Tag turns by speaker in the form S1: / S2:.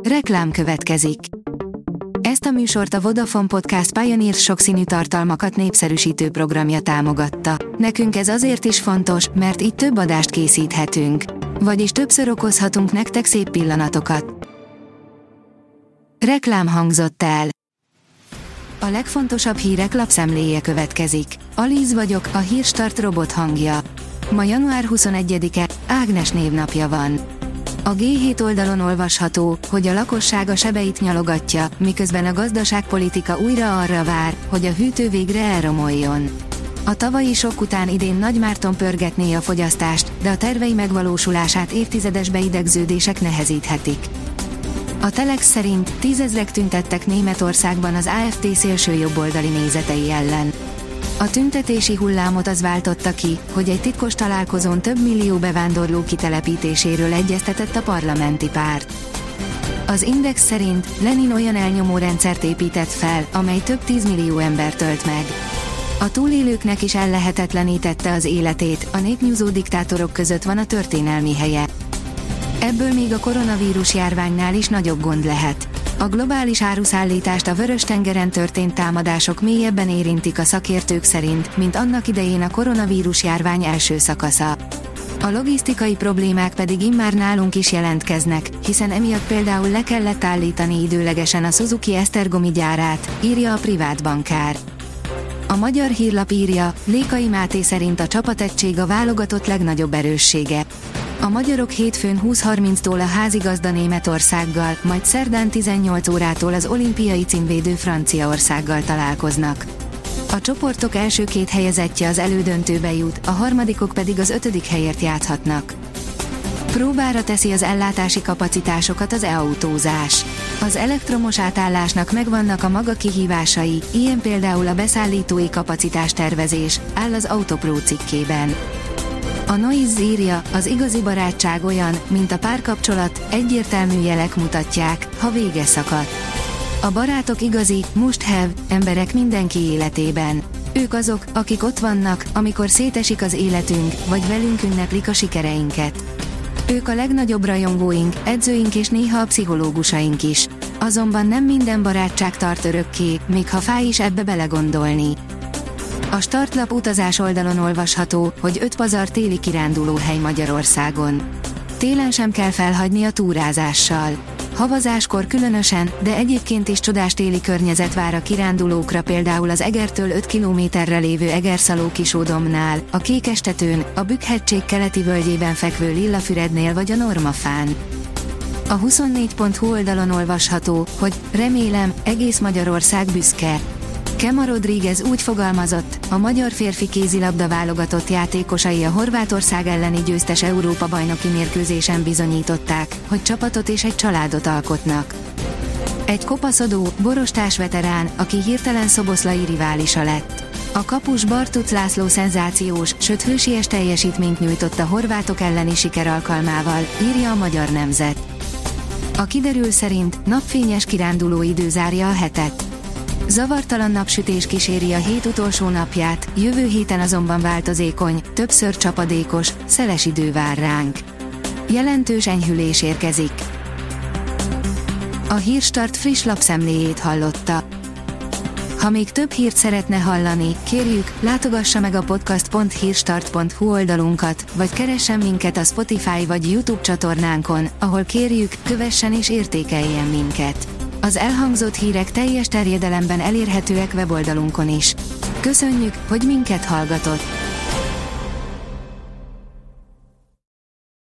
S1: Reklám következik. Ezt a műsort a Vodafone Podcast Pioneer sokszínű tartalmakat népszerűsítő programja támogatta. Nekünk ez azért is fontos, mert így több adást készíthetünk. Vagyis többször okozhatunk nektek szép pillanatokat. Reklám hangzott el. A legfontosabb hírek lapszemléje következik. Alíz vagyok, a Hírstart robot hangja. Ma január 21-e, Ágnes névnapja van. A G7 oldalon olvasható, hogy a lakosság a sebeit nyalogatja, miközben a gazdaságpolitika újra arra vár, hogy a hűtő végre elromoljon. A tavalyi sok után idén Nagy Márton pörgetné a fogyasztást, de a tervei megvalósulását évtizedes beidegződések nehezíthetik. A Telex szerint 10 000 tüntettek Németországban az AfD szélsőjobboldali nézetei ellen. A tüntetési hullámot az váltotta ki, hogy egy titkos találkozón több millió bevándorló kitelepítéséről egyeztetett a parlamenti párt. Az Index szerint Lenin olyan elnyomó rendszert épített fel, amely több 10 millió embert ölt meg. A túlélőknek is ellehetetlenítette az életét, a népnyúzó diktátorok között van a történelmi helye. Ebből még a koronavírus járványnál is nagyobb gond lehet. A globális áruszállítást a Vörös-tengeren történt támadások mélyebben érintik a szakértők szerint, mint annak idején a koronavírus járvány első szakasza. A logisztikai problémák pedig immár nálunk is jelentkeznek, hiszen emiatt például le kellett állítani időlegesen a Suzuki Esztergomi gyárát, írja a privát bankár. A Magyar Hírlap írja, Lékai Máté szerint a csapategység a válogatott legnagyobb erőssége. A magyarok hétfőn 20:30-tól a házigazda Németországgal, majd szerdán 18 órától az olimpiai címvédő Franciaországgal találkoznak. A csoportok első két helyezettje az elődöntőbe jut, a harmadikok pedig az 5. helyért játszhatnak. Próbára teszi az ellátási kapacitásokat az e-autózás. Az elektromos átállásnak megvannak a maga kihívásai, ilyen például a beszállítói kapacitástervezés, áll az Autopro cikkében. A Noise írja, az igazi barátság olyan, mint a párkapcsolat, egyértelmű jelek mutatják, ha vége szakadt. A barátok igazi, must have, emberek mindenki életében. Ők azok, akik ott vannak, amikor szétesik az életünk, vagy velünk ünneplik a sikereinket. Ők a legnagyobb rajongóink, edzőink és néha a pszichológusaink is. Azonban nem minden barátság tart örökké, még ha fáj is ebbe belegondolni. A Startlap utazás oldalon olvasható, hogy 5 pazar téli kirándulóhely Magyarországon. Télen sem kell felhagyni a túrázással. Havazáskor különösen, de egyébként is csodás téli környezet vár a kirándulókra, például az Egertől 5 kilométerre lévő Egerszaló-Kisódomnál, a Kékestetőn, a Bükk-hegység keleti völgyében fekvő Lillafürednél vagy a Normafán. A 24.hu oldalon olvasható, hogy remélem, egész Magyarország büszke. Kema Rodríguez úgy fogalmazott, a magyar férfi kézilabda válogatott játékosai a Horvátország elleni győztes Európa-bajnoki mérkőzésen bizonyították, hogy csapatot és egy családot alkotnak. Egy kopaszodó, borostás veterán, aki hirtelen szoboszlai riválisa lett. A kapus Bartuc László szenzációs, sőt hősies teljesítményt nyújtott a horvátok elleni siker alkalmával, írja a Magyar Nemzet. A kiderül szerint napfényes kiránduló idő zárja a hetet. Zavartalan napsütés kíséri a hét utolsó napját, jövő héten azonban változékony, többször csapadékos, szeles idő vár ránk. Jelentős enyhülés érkezik. A Hírstart friss lapszemléjét hallotta. Ha még több hírt szeretne hallani, kérjük, látogassa meg a podcast.hírstart.hu oldalunkat, vagy keressen minket a Spotify vagy YouTube csatornánkon, ahol kérjük, kövessen és értékeljen minket. Az elhangzott hírek teljes terjedelemben elérhetőek weboldalunkon is. Köszönjük, hogy minket hallgatott!